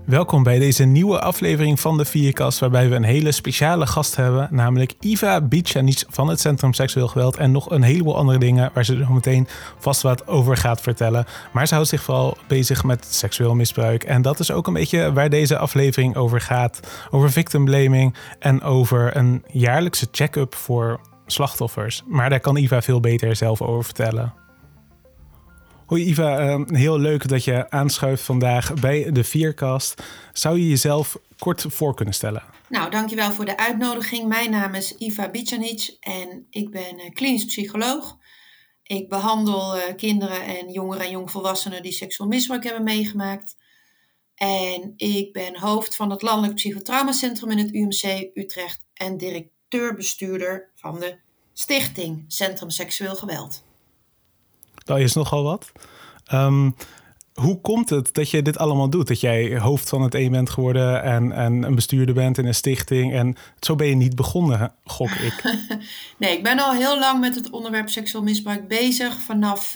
Welkom bij deze nieuwe aflevering van de Vierkast, waarbij we een hele speciale gast hebben, namelijk Iva Bicanic van het Centrum Seksueel Geweld en nog een heleboel andere dingen waar ze er meteen vast wat over gaat vertellen. Maar ze houdt zich vooral bezig met seksueel misbruik en dat is ook een beetje waar deze aflevering over gaat. Over victim blaming en over een jaarlijkse check-up voor slachtoffers. Maar daar kan Iva veel beter zelf over vertellen. Hoi Iva, heel leuk dat je aanschuift vandaag bij de Vierkast. Zou je jezelf kort voor kunnen stellen? Nou, dankjewel voor de uitnodiging. Mijn naam is Iva Bicanic en ik ben klinisch psycholoog. Ik behandel kinderen en jongeren en jongvolwassenen die seksueel misbruik hebben meegemaakt. En ik ben hoofd van het Landelijk Psychotraumacentrum in het UMC Utrecht en directeur-bestuurder van de stichting Centrum Seksueel Geweld. Dat is nogal wat. Hoe komt het dat je dit allemaal doet? Dat jij hoofd van het een bent geworden en een bestuurder bent in een stichting. En zo ben je niet begonnen, gok ik. Nee, ik ben al heel lang met het onderwerp seksueel misbruik bezig. Vanaf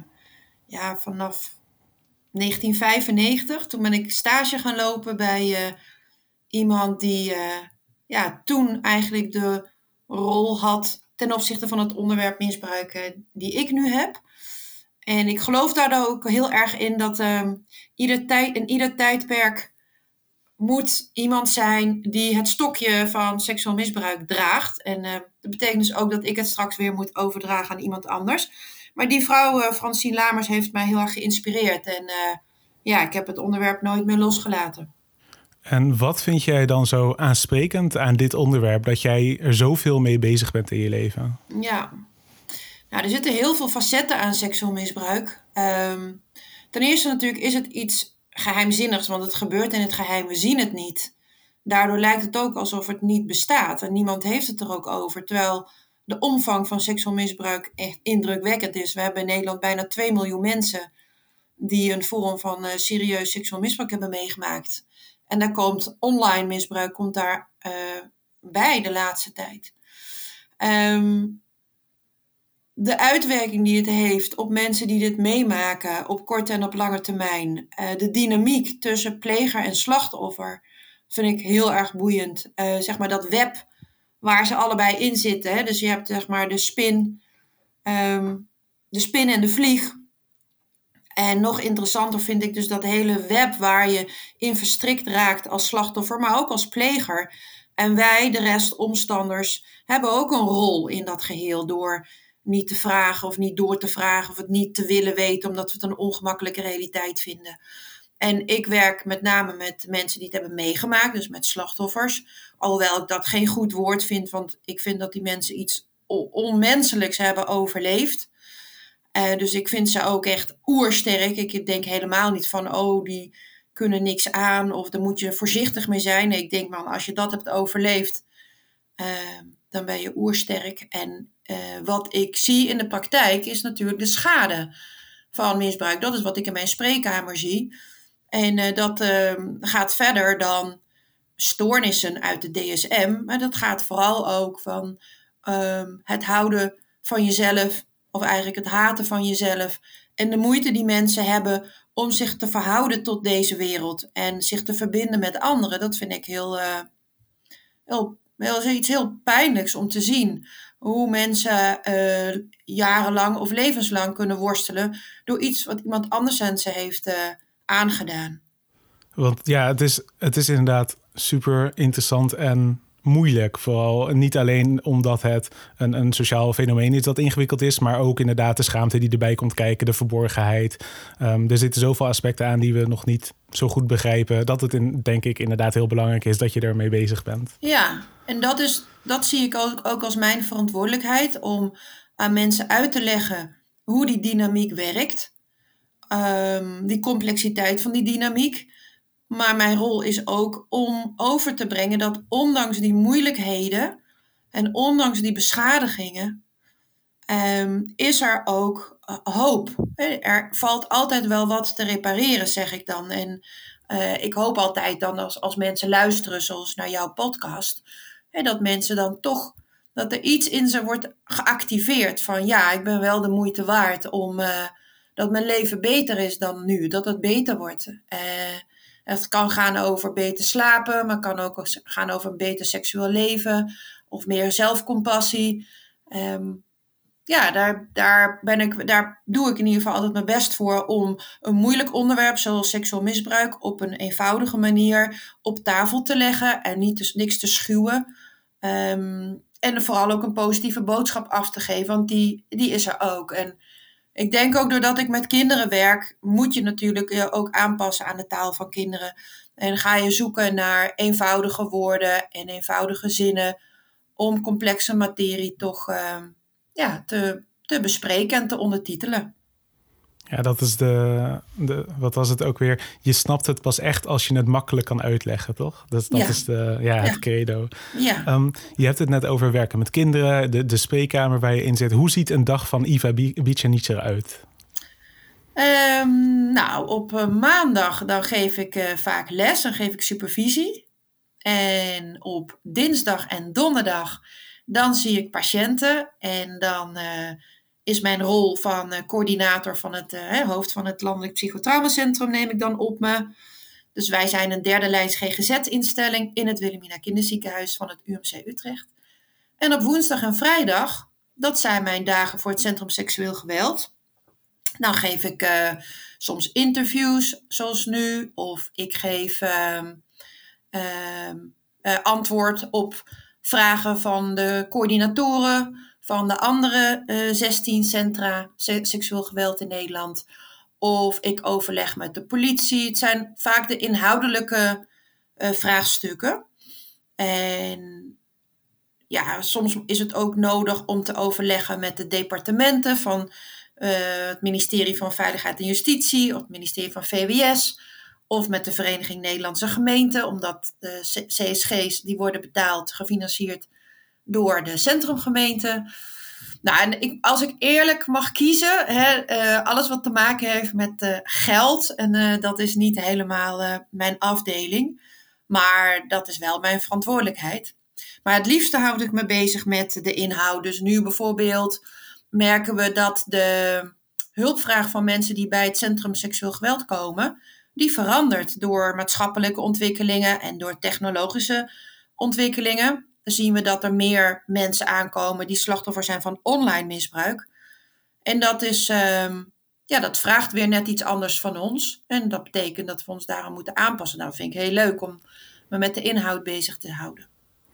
1995. Toen ben ik stage gaan lopen bij iemand die toen eigenlijk de rol had ten opzichte van het onderwerp misbruik die ik nu heb. En ik geloof daar ook heel erg in dat in ieder tijdperk moet iemand zijn die het stokje van seksueel misbruik draagt. En dat betekent dus ook dat ik het straks weer moet overdragen aan iemand anders. Maar die vrouw, Francine Lamers, heeft mij heel erg geïnspireerd. En ik heb het onderwerp nooit meer losgelaten. En wat vind jij dan zo aansprekend aan dit onderwerp, dat jij er zoveel mee bezig bent in je leven? Ja, nou, er zitten heel veel facetten aan seksueel misbruik. Ten eerste natuurlijk is het iets geheimzinnigs, want het gebeurt in het geheim. We zien het niet. Daardoor lijkt het ook alsof het niet bestaat en niemand heeft het er ook over. Terwijl de omvang van seksueel misbruik echt indrukwekkend is. We hebben in Nederland bijna 2 miljoen mensen die een vorm van serieus seksueel misbruik hebben meegemaakt. En daar komt online misbruik bij de laatste tijd. De uitwerking die het heeft op mensen die dit meemaken op korte en op lange termijn. De dynamiek tussen pleger en slachtoffer vind ik heel erg boeiend. Zeg maar dat web waar ze allebei in zitten. Hè? Dus je hebt zeg maar de spin en de vlieg. En nog interessanter vind ik dus dat hele web waar je in verstrikt raakt als slachtoffer, maar ook als pleger. En wij, de rest, omstanders, hebben ook een rol in dat geheel door niet te vragen of niet door te vragen of het niet te willen weten omdat we het een ongemakkelijke realiteit vinden. En ik werk met name met mensen die het hebben meegemaakt, dus met slachtoffers. Alhoewel ik dat geen goed woord vind, want ik vind dat die mensen iets onmenselijks hebben overleefd. Dus ik vind ze ook echt oersterk. Ik denk helemaal niet van, die kunnen niks aan of daar moet je voorzichtig mee zijn. Nee, ik denk, man, als je dat hebt overleefd, dan ben je oersterk. En wat ik zie in de praktijk is natuurlijk de schade van misbruik. Dat is wat ik in mijn spreekkamer zie. En dat gaat verder dan stoornissen uit de DSM. Maar dat gaat vooral ook van het houden van jezelf, of eigenlijk het haten van jezelf. En de moeite die mensen hebben om zich te verhouden tot deze wereld. En zich te verbinden met anderen. Dat vind ik iets heel pijnlijks om te zien. Hoe mensen jarenlang of levenslang kunnen worstelen door iets wat iemand anders aan ze heeft aangedaan. Want ja, het is inderdaad super interessant en moeilijk. Vooral niet alleen omdat het een sociaal fenomeen is dat ingewikkeld is, maar ook inderdaad de schaamte die erbij komt kijken, de verborgenheid. Er zitten zoveel aspecten aan die we nog niet zo goed begrijpen, dat het denk ik inderdaad heel belangrijk is dat je ermee bezig bent. Ja, en dat zie ik ook als mijn verantwoordelijkheid om aan mensen uit te leggen hoe die dynamiek werkt. Die complexiteit van die dynamiek. Maar mijn rol is ook om over te brengen dat ondanks die moeilijkheden en ondanks die beschadigingen is er ook hoop. Er valt altijd wel wat te repareren, zeg ik dan. En ik hoop altijd dan als mensen luisteren, zoals naar jouw podcast, dat mensen dan toch, dat er iets in ze wordt geactiveerd van ja, ik ben wel de moeite waard om dat mijn leven beter is dan nu, dat het beter wordt. Het kan gaan over beter slapen, maar kan ook gaan over een beter seksueel leven of meer zelfcompassie. Daar doe ik in ieder geval altijd mijn best voor om een moeilijk onderwerp zoals seksueel misbruik op een eenvoudige manier op tafel te leggen en niks te schuwen. En vooral ook een positieve boodschap af te geven, want die is er ook. En ik denk ook doordat ik met kinderen werk, moet je natuurlijk je ook aanpassen aan de taal van kinderen. En ga je zoeken naar eenvoudige woorden en eenvoudige zinnen om complexe materie toch te bespreken en te ondertitelen. Ja, dat is wat was het ook weer? Je snapt het pas echt als je het makkelijk kan uitleggen, toch? Dat is het credo. Ja. Je hebt het net over werken met kinderen, de spreekkamer waar je in zit. Hoe ziet een dag van Iva Bicanic eruit? Op maandag dan geef ik vaak les, dan geef ik supervisie. En op dinsdag en donderdag dan zie ik patiënten en dan is mijn rol van coördinator van het hoofd van het Landelijk Psychotraumacentrum neem ik dan op me. Dus wij zijn een derde lijns GGZ-instelling in het Wilhelmina Kinderziekenhuis van het UMC Utrecht. En op woensdag en vrijdag, dat zijn mijn dagen voor het Centrum Seksueel Geweld. Dan geef ik soms interviews, zoals nu, of ik geef antwoord op vragen van de coördinatoren van de andere 16 centra seksueel geweld in Nederland. Of ik overleg met de politie. Het zijn vaak de inhoudelijke vraagstukken. En soms is het ook nodig om te overleggen met de departementen van het ministerie van Veiligheid en Justitie of het ministerie van VWS of met de Vereniging Nederlandse Gemeenten, omdat de CSG's die worden betaald, gefinancierd door de centrumgemeente. En als ik eerlijk mag kiezen, alles wat te maken heeft met geld, en dat is niet helemaal mijn afdeling, maar dat is wel mijn verantwoordelijkheid. Maar het liefste houd ik me bezig met de inhoud. Dus nu bijvoorbeeld merken we dat de hulpvraag van mensen die bij het Centrum Seksueel Geweld komen, die verandert door maatschappelijke ontwikkelingen en door technologische ontwikkelingen. Dan zien we dat er meer mensen aankomen die slachtoffer zijn van online misbruik. En dat is, dat vraagt weer net iets anders van ons. En dat betekent dat we ons daarom moeten aanpassen. Nou, dat vind ik heel leuk om me met de inhoud bezig te houden.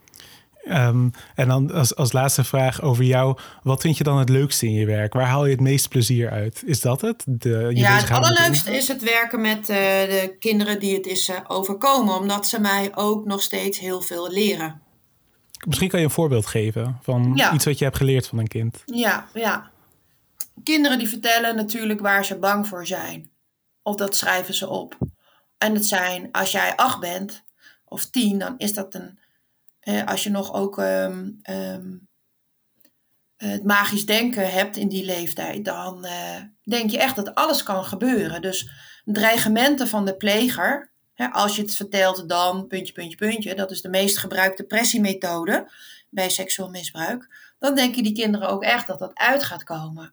En dan als laatste vraag over jou. Wat vind je dan het leukste in je werk? Waar haal je het meest plezier uit? Is dat het? Het allerleukste is het werken met de kinderen die het is overkomen. Omdat ze mij ook nog steeds heel veel leren. Misschien kan je een voorbeeld geven van iets wat je hebt geleerd van een kind. Ja. Kinderen die vertellen natuurlijk waar ze bang voor zijn. Of dat schrijven ze op. En het zijn, als jij 8 bent of 10, dan is dat als je nog ook het magisch denken hebt in die leeftijd, dan denk je echt dat alles kan gebeuren. Dus dreigementen van de pleger, als je het vertelt dan, puntje, dat is de meest gebruikte pressiemethode bij seksueel misbruik, dan denken die kinderen ook echt dat dat uit gaat komen.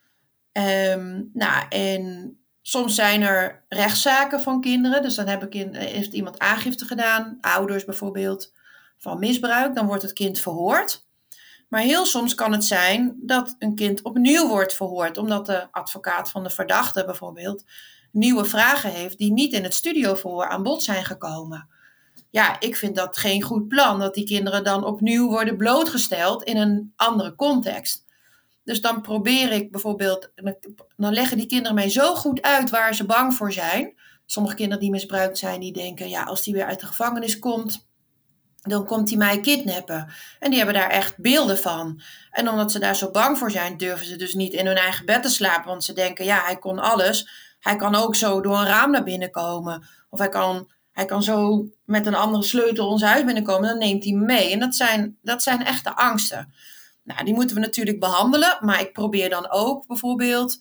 En soms zijn er rechtszaken van kinderen, dus dan heeft iemand aangifte gedaan, ouders bijvoorbeeld, van misbruik, dan wordt het kind verhoord. Maar heel soms kan het zijn dat een kind opnieuw wordt verhoord, omdat de advocaat van de verdachte bijvoorbeeld nieuwe vragen heeft die niet in het studioverhoor aan bod zijn gekomen. Ja, ik vind dat geen goed plan, dat die kinderen dan opnieuw worden blootgesteld in een andere context. Dus dan probeer ik bijvoorbeeld, dan leggen die kinderen mij zo goed uit waar ze bang voor zijn. Sommige kinderen die misbruikt zijn, die denken, als die weer uit de gevangenis komt, dan komt hij mij kidnappen. En die hebben daar echt beelden van. En omdat ze daar zo bang voor zijn, durven ze dus niet in hun eigen bed te slapen. Want ze denken, hij kon alles. Hij kan ook zo door een raam naar binnen komen. Of hij kan zo met een andere sleutel ons huis binnenkomen. Dan neemt hij me mee. En dat zijn echte angsten. Nou, die moeten we natuurlijk behandelen. Maar ik probeer dan ook bijvoorbeeld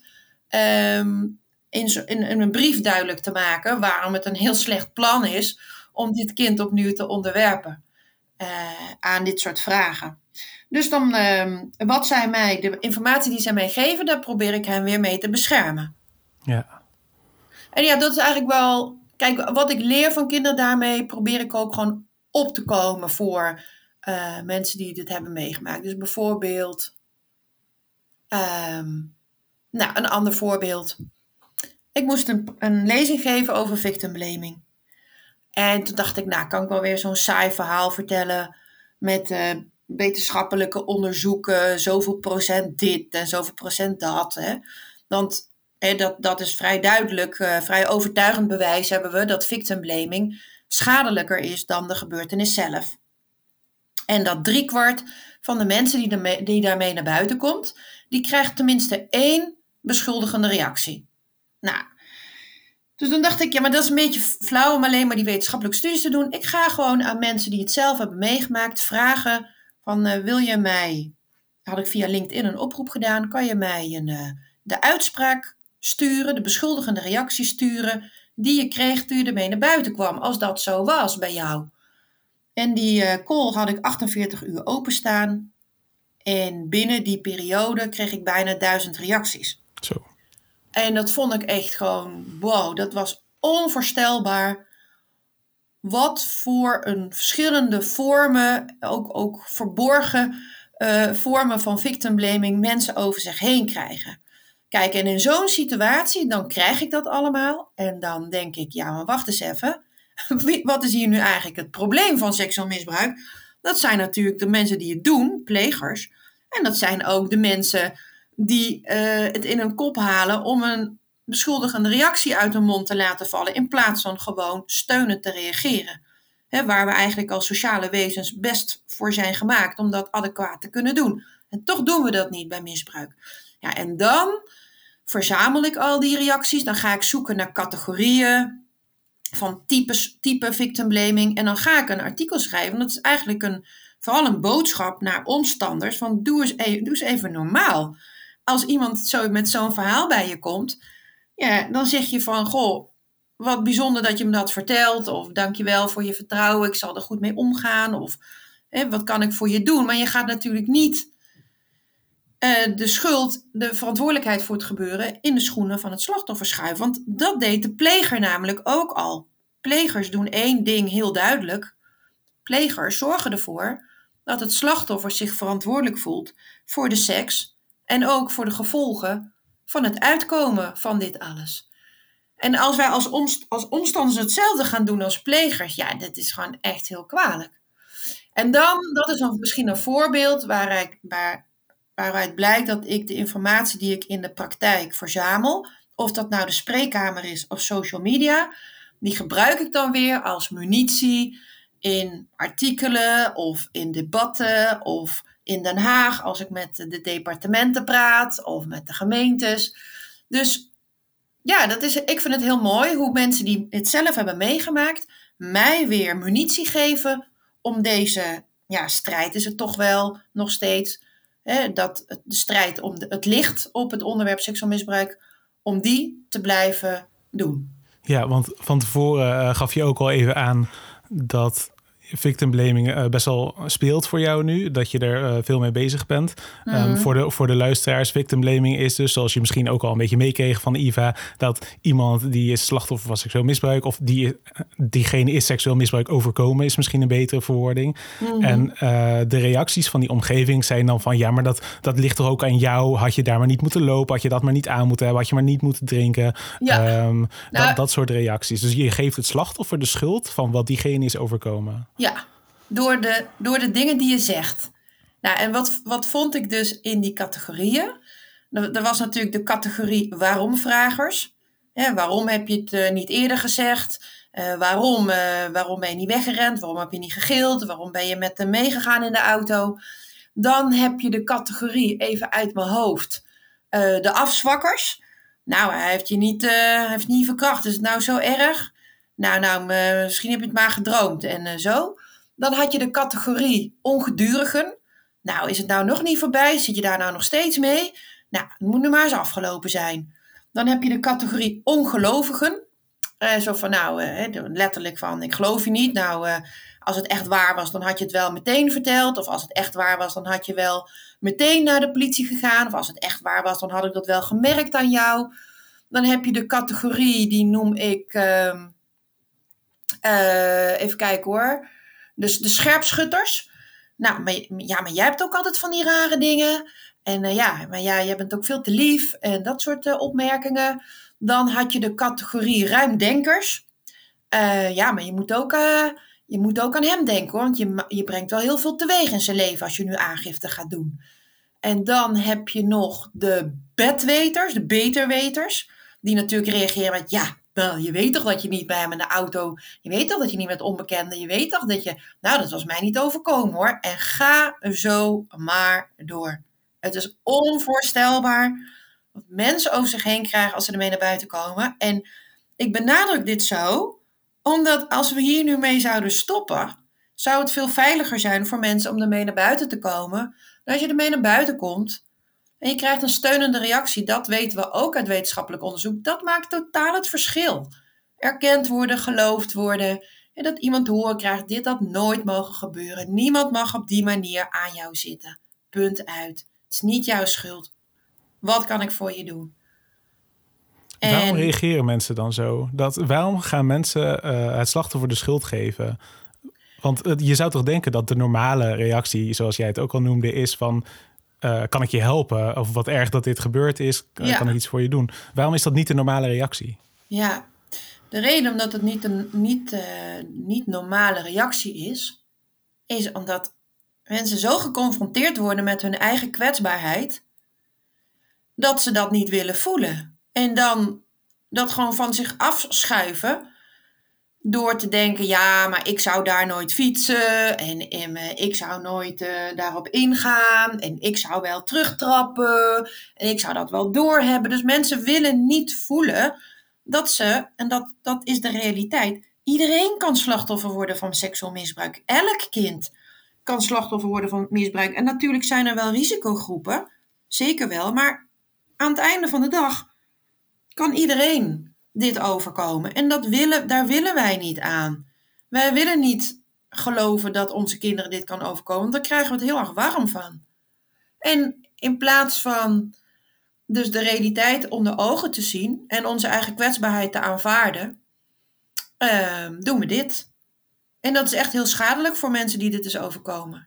in een brief duidelijk te maken waarom het een heel slecht plan is om dit kind opnieuw te onderwerpen aan dit soort vragen. Dus dan, de informatie die zij mij geven, daar probeer ik hen weer mee te beschermen. Ja. En dat is eigenlijk wel Kijk, wat ik leer van kinderen daarmee, probeer ik ook gewoon op te komen voor mensen die dit hebben meegemaakt. Dus bijvoorbeeld, een ander voorbeeld. Ik moest een lezing geven over victim blaming. En toen dacht ik, kan ik wel weer zo'n saai verhaal vertellen met wetenschappelijke onderzoeken, zoveel procent dit en zoveel procent dat. Hè? Want dat is vrij duidelijk, vrij overtuigend bewijs hebben we dat victim blaming schadelijker is dan de gebeurtenis zelf. En dat 3/4 van de mensen die daarmee naar buiten komt, die krijgt tenminste 1 beschuldigende reactie. Dus toen dacht ik, maar dat is een beetje flauw om alleen maar die wetenschappelijke studies te doen. Ik ga gewoon aan mensen die het zelf hebben meegemaakt vragen van, wil je mij, had ik via LinkedIn een oproep gedaan, kan je mij de uitspraak sturen, de beschuldigende reactie sturen, die je kreeg toen je ermee naar buiten kwam, als dat zo was bij jou. En die call had ik 48 uur openstaan. En binnen die periode kreeg ik bijna 1000 reacties. Zo. En dat vond ik echt gewoon, wow, dat was onvoorstelbaar. Wat voor een verschillende vormen, ook verborgen vormen van victim blaming mensen over zich heen krijgen. Kijk, en in zo'n situatie, dan krijg ik dat allemaal. En dan denk ik, maar wacht eens even. Wat is hier nu eigenlijk het probleem van seksueel misbruik? Dat zijn natuurlijk de mensen die het doen, plegers. En dat zijn ook de mensen die het in hun kop halen om een beschuldigende reactie uit hun mond te laten vallen, in plaats van gewoon steunend te reageren. Waar we eigenlijk als sociale wezens best voor zijn gemaakt om dat adequaat te kunnen doen. En toch doen we dat niet bij misbruik. Ja, en dan verzamel ik al die reacties. Dan ga ik zoeken naar categorieën van type victim blaming. En dan ga ik een artikel schrijven. Dat is eigenlijk vooral een boodschap naar omstanders. Van doe eens even normaal. Als iemand met zo'n verhaal bij je komt, dan zeg je van, goh, wat bijzonder dat je me dat vertelt. Of dankjewel voor je vertrouwen, ik zal er goed mee omgaan. Of wat kan ik voor je doen? Maar je gaat natuurlijk niet de verantwoordelijkheid voor het gebeuren in de schoenen van het slachtoffer schuiven. Want dat deed de pleger namelijk ook al. Plegers doen 1 ding heel duidelijk. Plegers zorgen ervoor dat het slachtoffer zich verantwoordelijk voelt voor de seks en ook voor de gevolgen van het uitkomen van dit alles. En als wij als omstanders hetzelfde gaan doen als plegers, dat is gewoon echt heel kwalijk. En dan, dat is dan misschien een voorbeeld waaruit blijkt dat ik de informatie die ik in de praktijk verzamel, of dat nou de spreekkamer is of social media, die gebruik ik dan weer als munitie in artikelen of in debatten of in Den Haag als ik met de departementen praat of met de gemeentes. Dus ik vind het heel mooi hoe mensen die het zelf hebben meegemaakt mij weer munitie geven om deze strijd is het toch wel nog steeds, de strijd om het licht op het onderwerp seksueel misbruik, om die te blijven doen. Ja, want van tevoren gaf je ook al even aan dat victim blaming best wel speelt voor jou nu. Dat je er veel mee bezig bent. Voor de luisteraars, victim blaming is dus, zoals je misschien ook al een beetje meekreeg van Iva, dat iemand die is slachtoffer van seksueel misbruik, of diegene is seksueel misbruik overkomen, is misschien een betere verwoording. En de reacties van die omgeving zijn dan van, maar dat ligt toch ook aan jou. Had je daar maar niet moeten lopen, had je dat maar niet aan moeten hebben, had je maar niet moeten drinken. Dat soort reacties. Dus je geeft het slachtoffer de schuld van wat diegene is overkomen. Ja, door de dingen die je zegt. En wat vond ik dus in die categorieën? Er was natuurlijk de categorie waarom-vragers. Waarom heb je het niet eerder gezegd? Waarom ben je niet weggerend? Waarom heb je niet gegild? Waarom ben je met hem meegegaan in de auto? Dan heb je de categorie, even uit mijn hoofd, de afzwakkers. Hij heeft je niet verkracht. Is het nou zo erg? Misschien heb je het maar gedroomd en zo. Dan had je de categorie ongedurigen. Is het nou nog niet voorbij? Zit je daar nou nog steeds mee? Het moet nu maar eens afgelopen zijn. Dan heb je de categorie ongelovigen. Zo van, letterlijk van, ik geloof je niet. Als het echt waar was, dan had je het wel meteen verteld. Of als het echt waar was, dan had je wel meteen naar de politie gegaan. Of als het echt waar was, dan had ik dat wel gemerkt aan jou. Dan heb je de categorie, die noem ik Even kijken hoor. Dus de scherpschutters. Nou, maar jij hebt ook altijd van die rare dingen. En maar jij bent ook veel te lief. En dat soort opmerkingen. Dan had je de categorie ruimdenkers. Maar je moet ook aan hem denken, hoor. Want je brengt wel heel veel teweeg in zijn leven als je nu aangifte gaat doen. En dan heb je nog de bedweters, de beterweters. Die natuurlijk reageren met, wel, je weet toch dat je niet bij hem in de auto... Je weet toch dat je niet met onbekenden... Je weet toch dat je... Nou, dat was mij niet overkomen, hoor. En ga zo maar door. Het is onvoorstelbaar wat mensen over zich heen krijgen als ze ermee naar buiten komen. En ik benadruk dit zo, omdat als we hier nu mee zouden stoppen, zou het veel veiliger zijn voor mensen om ermee naar buiten te komen. En als je ermee naar buiten komt en je krijgt een steunende reactie, dat weten we ook uit wetenschappelijk onderzoek, dat maakt totaal het verschil. Erkend worden, geloofd worden en dat iemand te horen krijgt, dit had nooit mogen gebeuren. Niemand mag op die manier aan jou zitten. Punt uit. Het is niet jouw schuld. Wat kan ik voor je doen? Waarom reageren mensen dan zo? Waarom gaan mensen het slachtoffer de schuld geven? Want je zou toch denken dat de normale reactie, zoals jij het ook al noemde, is van... kan ik je helpen? Of wat erg dat dit gebeurd is, kan ik iets voor je doen? Waarom is dat niet de normale reactie? Ja, de reden omdat het niet normale reactie is omdat mensen zo geconfronteerd worden met hun eigen kwetsbaarheid, dat ze dat niet willen voelen. En dan dat gewoon van zich afschuiven door te denken, maar ik zou daar nooit fietsen en ik zou nooit daarop ingaan en ik zou wel terugtrappen en ik zou dat wel doorhebben. Dus mensen willen niet voelen dat ze, en dat is de realiteit, iedereen kan slachtoffer worden van seksueel misbruik. Elk kind kan slachtoffer worden van misbruik. En natuurlijk zijn er wel risicogroepen, zeker wel, maar aan het einde van de dag kan iedereen dit overkomen. En daar willen wij niet aan. Wij willen niet geloven dat onze kinderen dit kan overkomen. Want daar krijgen we het heel erg warm van. En in plaats van dus de realiteit onder ogen te zien en onze eigen kwetsbaarheid te aanvaarden, doen we dit. En dat is echt heel schadelijk voor mensen die dit is overkomen.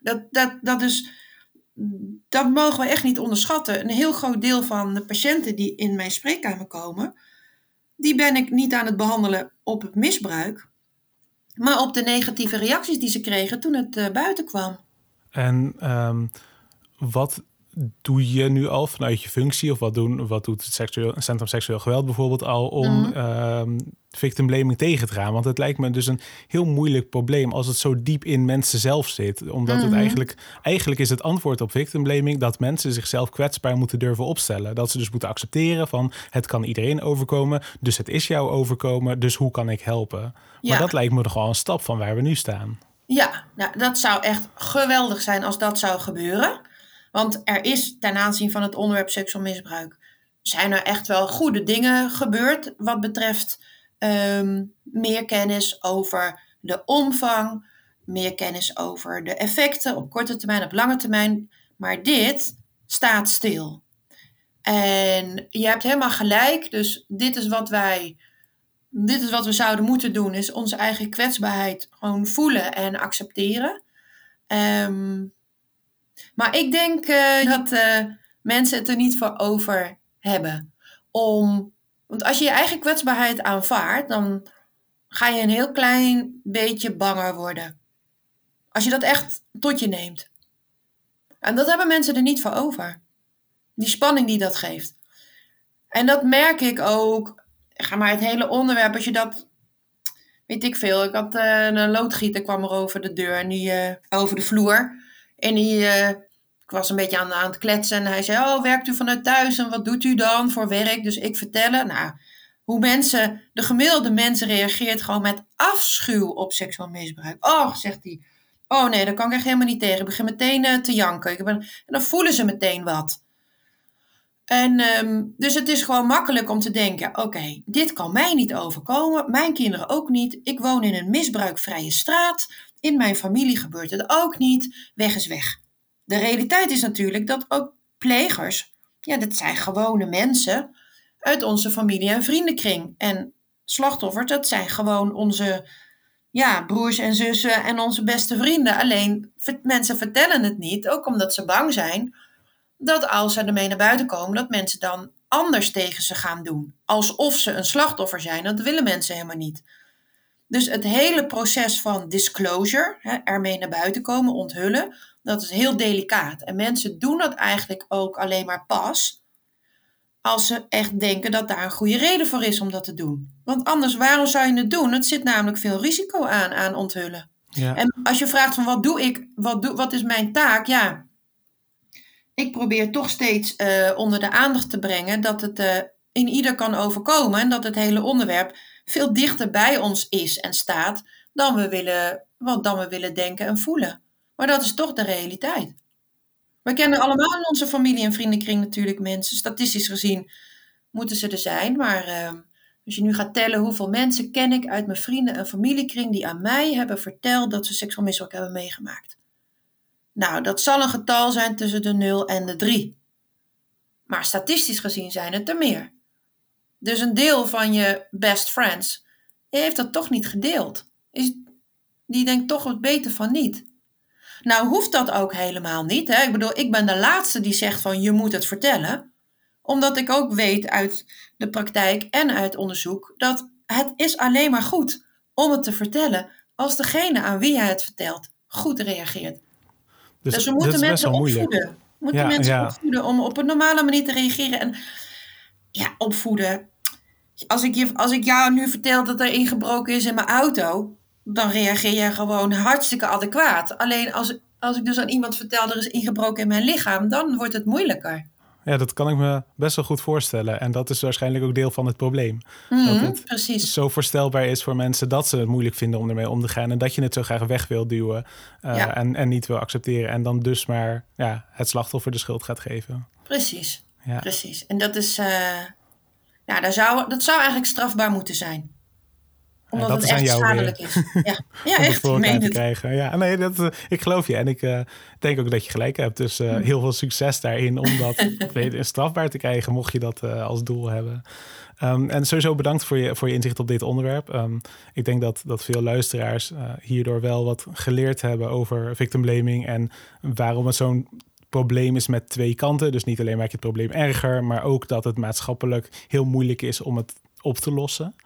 Dat mogen we echt niet onderschatten. Een heel groot deel van de patiënten die in mijn spreekkamer komen, die ben ik niet aan het behandelen op het misbruik, maar op de negatieve reacties die ze kregen toen het buiten kwam. En wat doe je nu al vanuit je functie? Of wat doet het Centrum Seksueel Geweld bijvoorbeeld al om victim blaming tegen te gaan? Want het lijkt me dus een heel moeilijk probleem als het zo diep in mensen zelf zit. Omdat het eigenlijk is het antwoord op victim blaming dat mensen zichzelf kwetsbaar moeten durven opstellen. Dat ze dus moeten accepteren van het kan iedereen overkomen, dus het is jou overkomen, dus hoe kan ik helpen? Maar dat lijkt me toch al een stap van waar we nu staan. Ja, nou, dat zou echt geweldig zijn als dat zou gebeuren. Want er is ten aanzien van het onderwerp seksueel misbruik, zijn er echt wel goede dingen gebeurd wat betreft meer kennis over de omvang, meer kennis over de effecten op korte termijn, op lange termijn. Maar dit staat stil. En je hebt helemaal gelijk, dus dit is wat we zouden moeten doen, is onze eigen kwetsbaarheid gewoon voelen en accepteren. Maar ik denk dat mensen het er niet voor over hebben. Want als je je eigen kwetsbaarheid aanvaardt, dan ga je een heel klein beetje banger worden. Als je dat echt tot je neemt. En dat hebben mensen er niet voor over. Die spanning die dat geeft. En dat merk ik ook. Ga maar het hele onderwerp, als je dat, weet ik veel. Ik had een loodgieter kwam er over de deur en die over de vloer. En ik was een beetje aan het kletsen en hij zei, werkt u vanuit thuis en wat doet u dan voor werk? Dus ik vertellen, hoe de gemiddelde mens reageert gewoon met afschuw op seksueel misbruik. Oh, zegt hij, nee, daar kan ik echt helemaal niet tegen. Ik begin meteen te janken. En dan voelen ze meteen wat. En dus het is gewoon makkelijk om te denken, oké, dit kan mij niet overkomen, mijn kinderen ook niet. Ik woon in een misbruikvrije straat. In mijn familie gebeurt het ook niet. Weg is weg. De realiteit is natuurlijk dat ook plegers, dat zijn gewone mensen uit onze familie- en vriendenkring. En slachtoffers, dat zijn gewoon onze broers en zussen en onze beste vrienden. Alleen mensen vertellen het niet, ook omdat ze bang zijn dat als ze ermee naar buiten komen, dat mensen dan anders tegen ze gaan doen. Alsof ze een slachtoffer zijn. Dat willen mensen helemaal niet. Dus het hele proces van disclosure, ermee naar buiten komen, onthullen, dat is heel delicaat. En mensen doen dat eigenlijk ook alleen maar pas als ze echt denken dat daar een goede reden voor is om dat te doen. Want anders, waarom zou je het doen? Het zit namelijk veel risico aan onthullen. Ja. En als je vraagt van wat doe ik, wat is mijn taak? Ja, ik probeer toch steeds onder de aandacht te brengen dat het in ieder kan overkomen. En dat het hele onderwerp veel dichter bij ons is en staat dan we willen denken en voelen. Maar dat is toch de realiteit. We kennen allemaal in onze familie- en vriendenkring natuurlijk mensen. Statistisch gezien moeten ze er zijn. Maar als je nu gaat tellen hoeveel mensen ken ik uit mijn vrienden- en familiekring die aan mij hebben verteld dat ze seksueel misbruik hebben meegemaakt. Nou, dat zal een getal zijn tussen de 0 en de 3. Maar statistisch gezien zijn het er meer. Dus een deel van je best friends heeft dat toch niet gedeeld. Die denkt toch het beter van niet. Nou hoeft dat ook helemaal niet. Hè? Ik bedoel, ik ben de laatste die zegt van je moet het vertellen. Omdat ik ook weet uit de praktijk en uit onderzoek dat het is alleen maar goed om het te vertellen als degene aan wie je het vertelt goed reageert. Dus we moeten mensen opvoeden. Opvoeden om op een normale manier te reageren. En ja, opvoeden. Als ik jou nu vertel dat er ingebroken is in mijn auto, dan reageer jij gewoon hartstikke adequaat. Alleen als ik dus aan iemand vertel er is ingebroken in mijn lichaam, dan wordt het moeilijker. Ja, dat kan ik me best wel goed voorstellen. En dat is waarschijnlijk ook deel van het probleem. Dat het precies. zo voorstelbaar is voor mensen dat ze het moeilijk vinden om ermee om te gaan. En dat je het zo graag weg wil duwen en niet wil accepteren. En dan dus maar het slachtoffer de schuld gaat geven. Precies, precies. En dat is, dat zou eigenlijk strafbaar moeten zijn. Omdat dat het echt schadelijk is. Ja, echt. Ik meen het. Krijgen. Ja, nee, ik geloof je. En ik denk ook dat je gelijk hebt. Dus heel veel succes daarin om dat strafbaar te krijgen, mocht je dat als doel hebben. En sowieso bedankt voor je inzicht op dit onderwerp. Ik denk dat veel luisteraars hierdoor wel wat geleerd hebben over victim blaming en waarom het zo'n probleem is met twee kanten. Dus niet alleen maak je het probleem erger, maar ook dat het maatschappelijk heel moeilijk is om het op te lossen.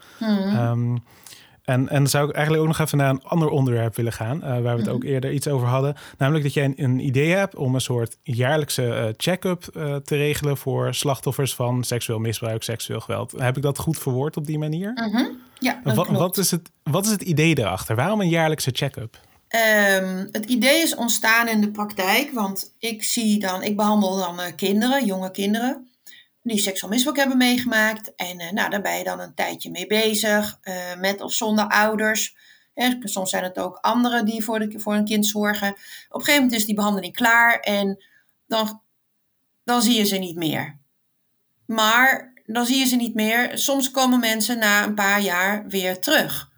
En dan zou ik eigenlijk ook nog even naar een ander onderwerp willen gaan, waar we het ook eerder iets over hadden. Namelijk dat jij een idee hebt om een soort jaarlijkse check-up te regelen voor slachtoffers van seksueel misbruik, seksueel geweld. Heb ik dat goed verwoord op die manier? Ja, dat klopt. Wat is het idee daarachter? Waarom een jaarlijkse check-up? Het idee is ontstaan in de praktijk, want ik behandel dan jonge kinderen, die seksueel misbruik hebben meegemaakt. En daar ben je dan een tijdje mee bezig, met of zonder ouders. Soms zijn het ook anderen die voor een kind zorgen. Op een gegeven moment is die behandeling klaar en dan zie je ze niet meer. Maar dan zie je ze niet meer. Soms komen mensen na een paar jaar weer terug.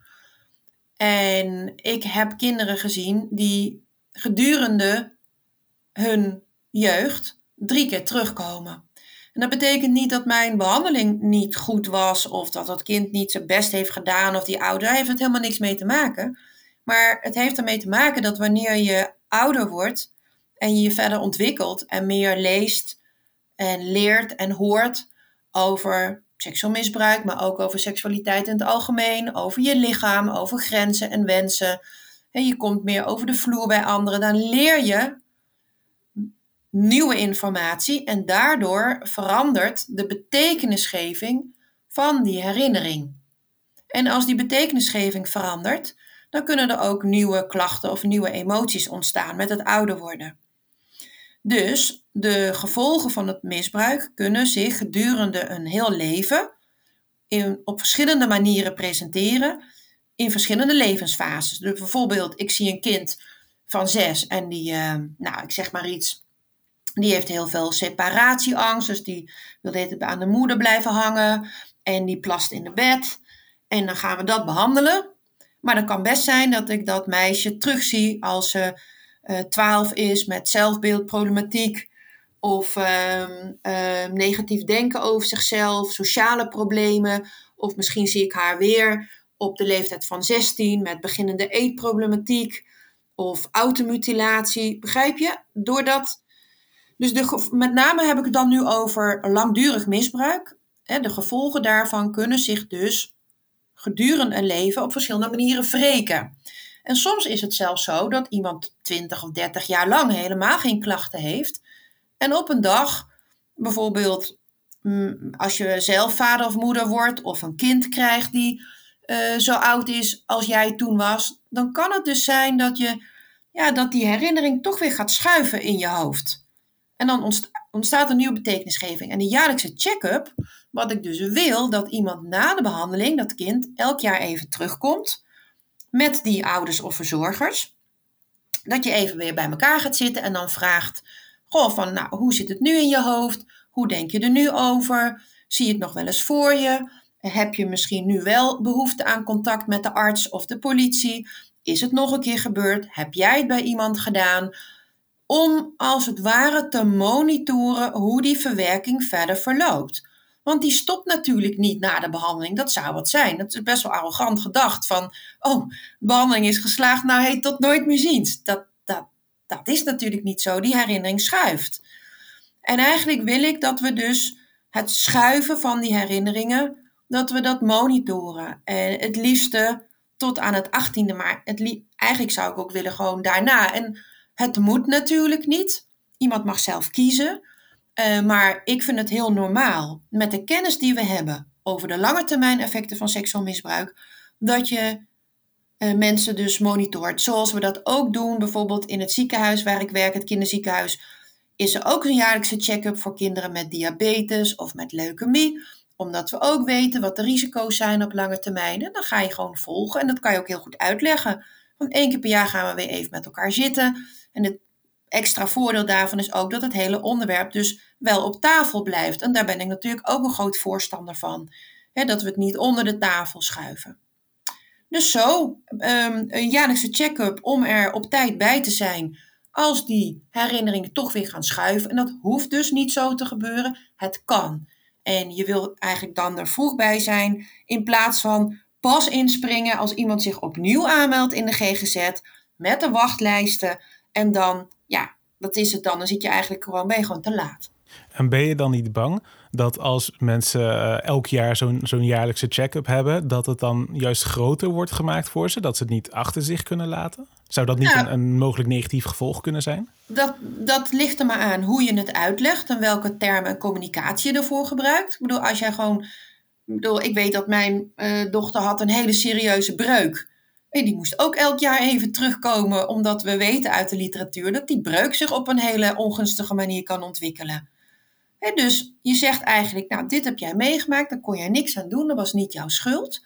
En ik heb kinderen gezien die gedurende hun jeugd 3 keer terugkomen. En dat betekent niet dat mijn behandeling niet goed was of dat dat kind niet zijn best heeft gedaan of die ouder. Daar heeft het helemaal niks mee te maken. Maar het heeft ermee te maken dat wanneer je ouder wordt en je je verder ontwikkelt en meer leest en leert en hoort over seksueel misbruik, maar ook over seksualiteit in het algemeen, over je lichaam, over grenzen en wensen. En je komt meer over de vloer bij anderen, dan leer je nieuwe informatie en daardoor verandert de betekenisgeving van die herinnering. En als die betekenisgeving verandert, dan kunnen er ook nieuwe klachten of nieuwe emoties ontstaan met het ouder worden. Dus de gevolgen van het misbruik kunnen zich gedurende een heel leven op verschillende manieren presenteren in verschillende levensfases. Dus bijvoorbeeld, ik zie een kind van 6 en die, ik zeg maar iets, die heeft heel veel separatieangst, dus die wil de hele tijd aan de moeder blijven hangen en die plast in de bed. En dan gaan we dat behandelen. Maar dan kan best zijn dat ik dat meisje terugzie als ze 12 is met zelfbeeldproblematiek of negatief denken over zichzelf, sociale problemen. Of misschien zie ik haar weer op de leeftijd van 16 met beginnende eetproblematiek of automutilatie. Begrijp je? Dus met name heb ik het dan nu over langdurig misbruik. De gevolgen daarvan kunnen zich dus gedurende een leven op verschillende manieren wreken. En soms is het zelfs zo dat iemand 20 of 30 jaar lang helemaal geen klachten heeft. En op een dag, bijvoorbeeld als je zelf vader of moeder wordt of een kind krijgt die zo oud is als jij toen was, dan kan het dus zijn dat die herinnering toch weer gaat schuiven in je hoofd. En dan ontstaat een nieuwe betekenisgeving. En de jaarlijkse check-up, wat ik dus wil, dat iemand na de behandeling, dat kind, elk jaar even terugkomt met die ouders of verzorgers. Dat je even weer bij elkaar gaat zitten en dan vraagt, hoe zit het nu in je hoofd? Hoe denk je er nu over? Zie je het nog wel eens voor je? Heb je misschien nu wel behoefte aan contact met de arts of de politie? Is het nog een keer gebeurd? Heb jij het bij iemand gedaan? Om als het ware te monitoren hoe die verwerking verder verloopt. Want die stopt natuurlijk niet na de behandeling. Dat zou wat zijn. Dat is best wel arrogant gedacht van, de behandeling is geslaagd, nou tot nooit meer ziens. Dat is natuurlijk niet zo. Die herinnering schuift. En eigenlijk wil ik dat we dus het schuiven van die herinneringen, dat we dat monitoren. En het liefste tot aan het 18e, maar eigenlijk zou ik ook willen gewoon daarna. En het moet natuurlijk niet. Iemand mag zelf kiezen. Maar ik vind het heel normaal, met de kennis die we hebben over de langetermijn effecten van seksueel misbruik, dat je mensen dus monitort. Zoals we dat ook doen, bijvoorbeeld in het ziekenhuis waar ik werk, het kinderziekenhuis, is er ook een jaarlijkse check-up voor kinderen met diabetes of met leukemie. Omdat we ook weten wat de risico's zijn op lange termijn. En dan ga je gewoon volgen. En dat kan je ook heel goed uitleggen. Want 1 keer per jaar gaan we weer even met elkaar zitten. En het extra voordeel daarvan is ook dat het hele onderwerp dus wel op tafel blijft. En daar ben ik natuurlijk ook een groot voorstander van. Dat we het niet onder de tafel schuiven. Dus een jaarlijkse check-up om er op tijd bij te zijn als die herinneringen toch weer gaan schuiven. En dat hoeft dus niet zo te gebeuren. Het kan. En je wil eigenlijk dan er vroeg bij zijn in plaats van pas inspringen als iemand zich opnieuw aanmeldt in de GGZ met de wachtlijsten. En dan, dat is het dan. Dan zit je eigenlijk ben je gewoon te laat. En ben je dan niet bang dat als mensen elk jaar zo'n jaarlijkse check-up hebben, dat het dan juist groter wordt gemaakt voor ze? Dat ze het niet achter zich kunnen laten? Zou dat niet een mogelijk negatief gevolg kunnen zijn? Dat ligt er maar aan hoe je het uitlegt en welke termen en communicatie je ervoor gebruikt. Ik bedoel, als jij ik weet dat mijn dochter had een hele serieuze breuk. Die moest ook elk jaar even terugkomen, omdat we weten uit de literatuur dat die breuk zich op een hele ongunstige manier kan ontwikkelen. Dus je zegt eigenlijk, dit heb jij meegemaakt, daar kon jij niks aan doen, dat was niet jouw schuld.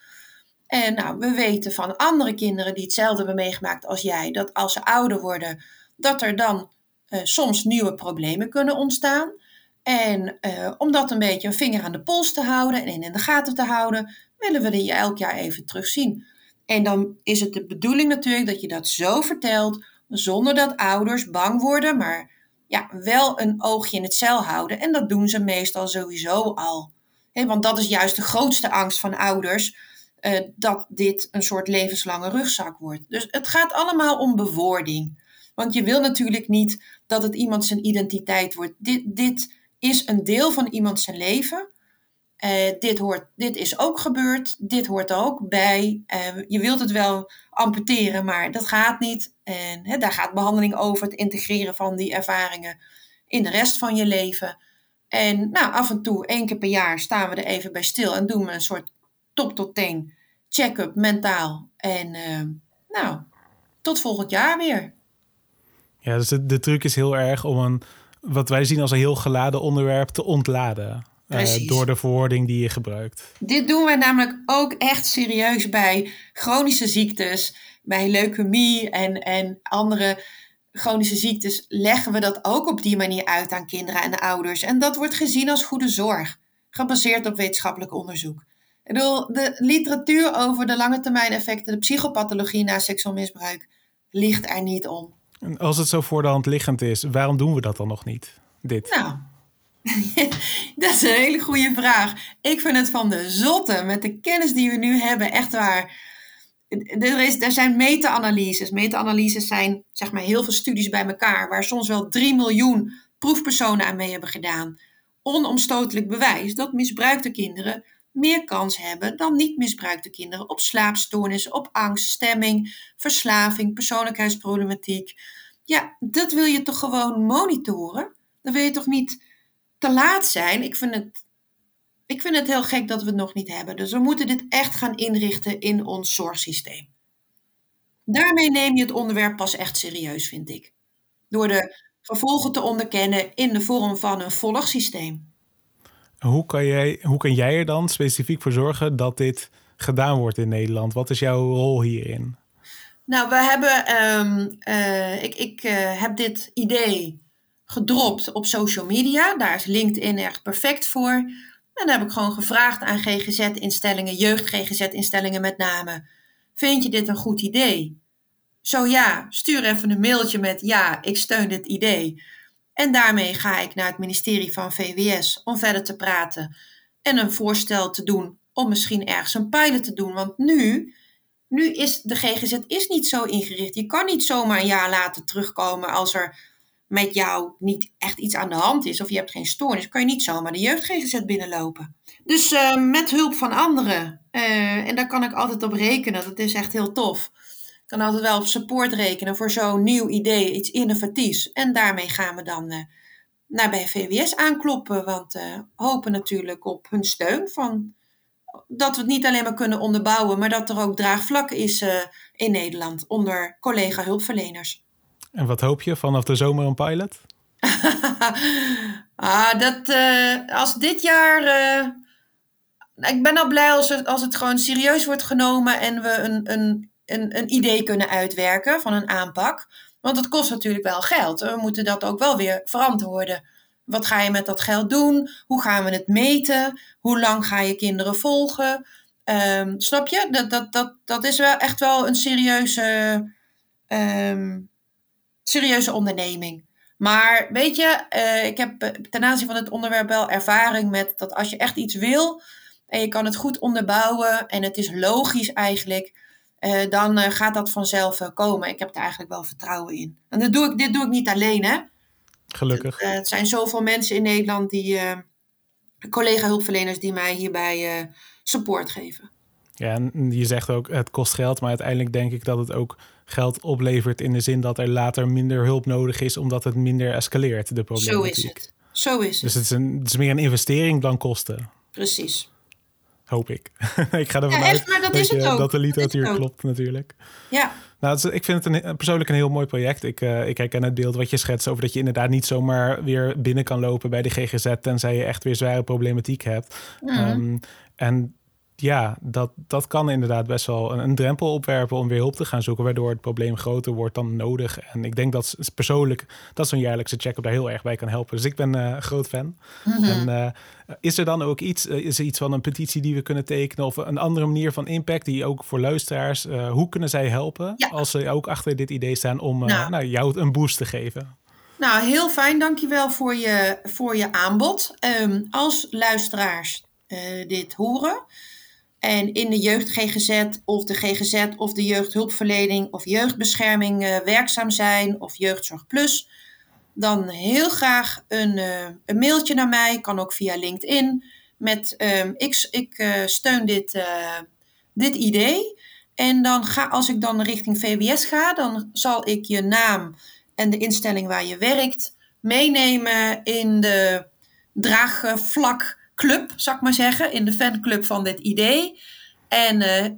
En we weten van andere kinderen die hetzelfde hebben meegemaakt als jij, dat als ze ouder worden, dat er dan soms nieuwe problemen kunnen ontstaan. En om dat een beetje een vinger aan de pols te houden en in de gaten te houden, willen we die elk jaar even terugzien. En dan is het de bedoeling natuurlijk dat je dat zo vertelt, zonder dat ouders bang worden, maar wel een oogje in het zeil houden. En dat doen ze meestal sowieso al. Want dat is juist de grootste angst van ouders, dat dit een soort levenslange rugzak wordt. Dus het gaat allemaal om bewoording. Want je wil natuurlijk niet dat het iemand zijn identiteit wordt. Dit is een deel van iemand zijn leven. Dit is ook gebeurd. Dit hoort er ook bij. Je wilt het wel amputeren, maar dat gaat niet. En daar gaat behandeling over, het integreren van die ervaringen in de rest van je leven. En af en toe, 1 keer per jaar, staan we er even bij stil en doen we een soort top tot teen check-up mentaal. En tot volgend jaar weer. Ja, dus de truc is heel erg om wat wij zien als een heel geladen onderwerp te ontladen. Door de verwoording die je gebruikt. Dit doen wij namelijk ook echt serieus bij chronische ziektes, bij leukemie en andere chronische ziektes leggen we dat ook op die manier uit aan kinderen en ouders. En dat wordt gezien als goede zorg, gebaseerd op wetenschappelijk onderzoek. Ik bedoel, de literatuur over de lange termijn effecten, de psychopathologie na seksueel misbruik, ligt er niet om. En als het zo voor de hand liggend is, waarom doen we dat dan nog niet? Dit? Dat is een hele goede vraag. Ik vind het van de zotte, met de kennis die we nu hebben, echt waar. Er zijn meta-analyses. Meta-analyses zijn zeg maar heel veel studies bij elkaar, waar soms wel 3 miljoen proefpersonen aan mee hebben gedaan. Onomstotelijk bewijs dat misbruikte kinderen meer kans hebben dan niet misbruikte kinderen op slaapstoornissen, op angst, stemming, verslaving, persoonlijkheidsproblematiek. Ja, dat wil je toch gewoon monitoren? Dan wil je toch niet te laat zijn? Ik vind het heel gek dat we het nog niet hebben. Dus we moeten dit echt gaan inrichten in ons zorgsysteem. Daarmee neem je het onderwerp pas echt serieus, vind ik. Door de gevolgen te onderkennen in de vorm van een volgsysteem. Hoe kan jij er dan specifiek voor zorgen dat dit gedaan wordt in Nederland? Wat is jouw rol hierin? Nou, we hebben, ik heb dit idee gedropt op social media. Daar is LinkedIn echt perfect voor. En dan heb ik gewoon gevraagd aan GGZ-instellingen, jeugd-GGZ-instellingen met name. Vind je dit een goed idee? Zo ja, stuur even een mailtje met ja, ik steun dit idee. En daarmee ga ik naar het ministerie van VWS om verder te praten. En een voorstel te doen om misschien ergens een pilot te doen. Want nu is de GGZ is niet zo ingericht. Je kan niet zomaar een jaar later terugkomen als er met jou niet echt iets aan de hand is. Of je hebt geen stoornis. Kan je niet zomaar de jeugd GGZ binnenlopen. Dus met hulp van anderen. En daar kan ik altijd op rekenen. Dat is echt heel tof. Ik kan altijd wel op support rekenen voor zo'n nieuw idee. Iets innovatiefs. En daarmee gaan we dan naar bij VWS aankloppen. Want hopen natuurlijk op hun steun van dat we het niet alleen maar kunnen onderbouwen, maar dat er ook draagvlak is in Nederland onder collega-hulpverleners. En wat hoop je vanaf de zomer een pilot? Als dit jaar. Ik ben al blij als het gewoon serieus wordt genomen en we een idee kunnen uitwerken van een aanpak. Want het kost natuurlijk wel geld. We moeten dat ook wel weer verantwoorden. Wat ga je met dat geld doen? Hoe gaan we het meten? Hoe lang ga je kinderen volgen? Snap je? Dat is wel echt wel een serieuze onderneming. Maar weet je, ik heb ten aanzien van het onderwerp wel ervaring met dat als je echt iets wil en je kan het goed onderbouwen en het is logisch eigenlijk, dan gaat dat vanzelf komen. Ik heb er eigenlijk wel vertrouwen in. En dit doe ik niet alleen, hè? Gelukkig. Er zijn zoveel mensen in Nederland die collega-hulpverleners die mij hierbij support geven. Ja, en je zegt ook het kost geld, maar uiteindelijk denk ik dat het ook geld oplevert in de zin dat er later minder hulp nodig is, omdat het minder escaleert, de problematiek. Zo is het. Dus het is meer een investering dan kosten. Precies. Hoop ik. Ik ga ervan uit maar dat is het ook. Dat de literatuur klopt natuurlijk. Ja. Nou, ik vind het persoonlijk een heel mooi project. Ik herken het beeld wat je schetst over dat je inderdaad niet zomaar weer binnen kan lopen bij de GGZ tenzij je echt weer zware problematiek hebt. Mm-hmm. En ja, dat kan inderdaad best wel een drempel opwerpen om weer hulp te gaan zoeken, waardoor het probleem groter wordt dan nodig. En ik denk dat persoonlijk dat zo'n jaarlijkse check-up daar heel erg bij kan helpen. Dus ik ben een groot fan. Mm-hmm. En is er dan ook is er iets van een petitie die we kunnen tekenen of een andere manier van impact die ook voor luisteraars, hoe kunnen zij helpen als ze ook achter dit idee staan om jou een boost te geven? Nou, heel fijn. Dankjewel voor je aanbod. Als luisteraars dit horen en in de jeugd GGZ of de GGZ of de jeugdhulpverlening of jeugdbescherming werkzaam zijn of Jeugdzorg Plus, dan heel graag een mailtje naar mij. Kan ook via LinkedIn. Met ik steun dit idee. En dan als ik dan richting VWS ga, dan zal ik je naam en de instelling waar je werkt meenemen in de draagvlakclub, zou ik maar zeggen. In de fanclub van dit idee. En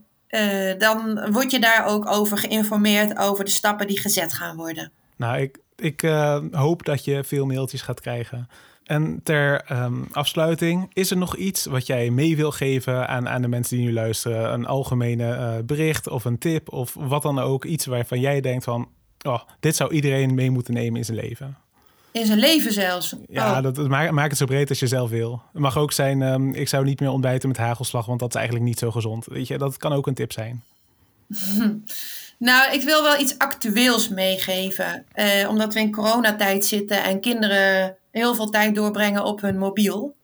dan word je daar ook over geïnformeerd over de stappen die gezet gaan worden. Nou, ik hoop dat je veel mailtjes gaat krijgen. En ter afsluiting, is er nog iets wat jij mee wil geven aan de mensen die nu luisteren? Een algemene bericht of een tip of wat dan ook. Iets waarvan jij denkt van, dit zou iedereen mee moeten nemen in zijn leven. In zijn leven zelfs? Ja, maak het zo breed als je zelf wil. Het mag ook zijn, ik zou niet meer ontbijten met hagelslag, want dat is eigenlijk niet zo gezond. Weet je, dat kan ook een tip zijn. Nou, ik wil wel iets actueels meegeven. Omdat we in coronatijd zitten en kinderen heel veel tijd doorbrengen op hun mobiel.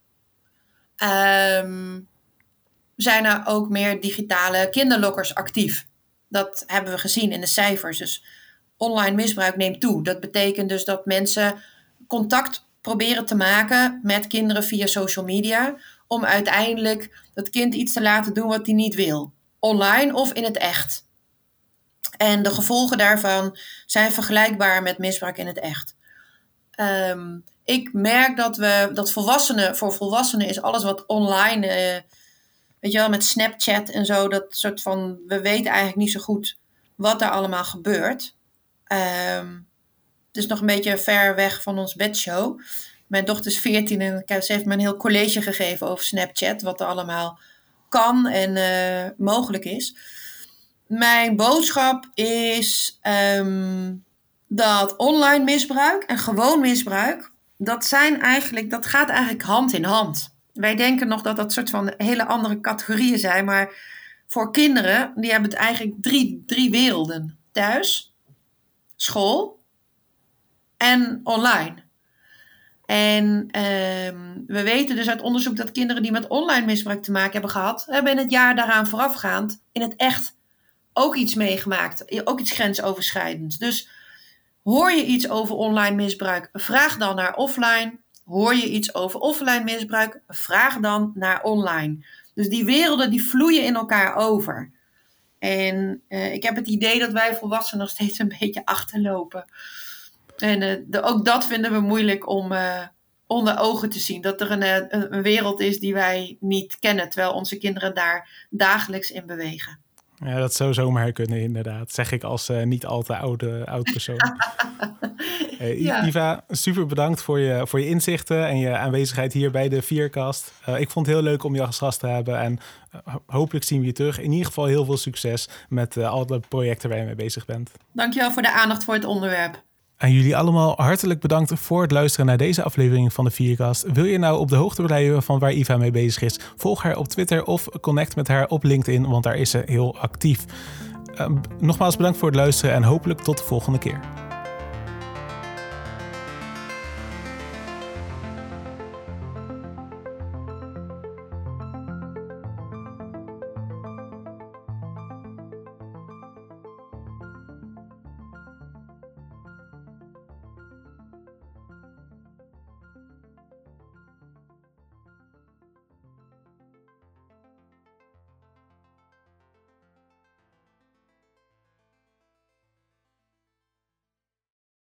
Zijn er ook meer digitale kinderlokkers actief. Dat hebben we gezien in de cijfers. Dus online misbruik neemt toe. Dat betekent dus dat mensen contact proberen te maken met kinderen via social media, om uiteindelijk dat kind iets te laten doen wat hij niet wil. Online of in het echt. En de gevolgen daarvan zijn vergelijkbaar met misbruik in het echt. Ik merk dat voor volwassenen is alles wat online, weet je wel, met Snapchat en zo, dat soort van, we weten eigenlijk niet zo goed wat daar allemaal gebeurt. Het is nog een beetje ver weg van ons bedshow. Mijn dochter is 14 en ze heeft me een heel college gegeven over Snapchat, wat er allemaal kan en mogelijk is. Mijn boodschap is dat online misbruik en gewoon misbruik, dat gaat eigenlijk hand in hand. Wij denken nog dat dat soort van hele andere categorieën zijn, maar voor kinderen, die hebben het eigenlijk drie werelden. Thuis, school en online. En we weten dus uit onderzoek dat kinderen die met online misbruik te maken hebben gehad, hebben in het jaar daaraan voorafgaand in het echt ook iets meegemaakt. Ook iets grensoverschrijdends. Dus hoor je iets over online misbruik, vraag dan naar offline. Hoor je iets over offline misbruik, vraag dan naar online. Dus die werelden die vloeien in elkaar over. En ik heb het idee dat wij volwassenen nog steeds een beetje achterlopen. En ook dat vinden we moeilijk om onder ogen te zien. Dat er een wereld is die wij niet kennen, terwijl onze kinderen daar dagelijks in bewegen. Ja, dat zou zomaar kunnen inderdaad. Zeg ik als niet al te oud persoon. Ja. Iva, super bedankt voor je inzichten en je aanwezigheid hier bij de Vierkast. Ik vond het heel leuk om je als gast te hebben. En hopelijk zien we je terug. In ieder geval heel veel succes met alle projecten waar je mee bezig bent. Dankjewel voor de aandacht voor het onderwerp. En jullie allemaal hartelijk bedankt voor het luisteren naar deze aflevering van de Vierkast. Wil je nou op de hoogte blijven van waar Iva mee bezig is? Volg haar op Twitter of connect met haar op LinkedIn, want daar is ze heel actief. Nogmaals bedankt voor het luisteren en hopelijk tot de volgende keer.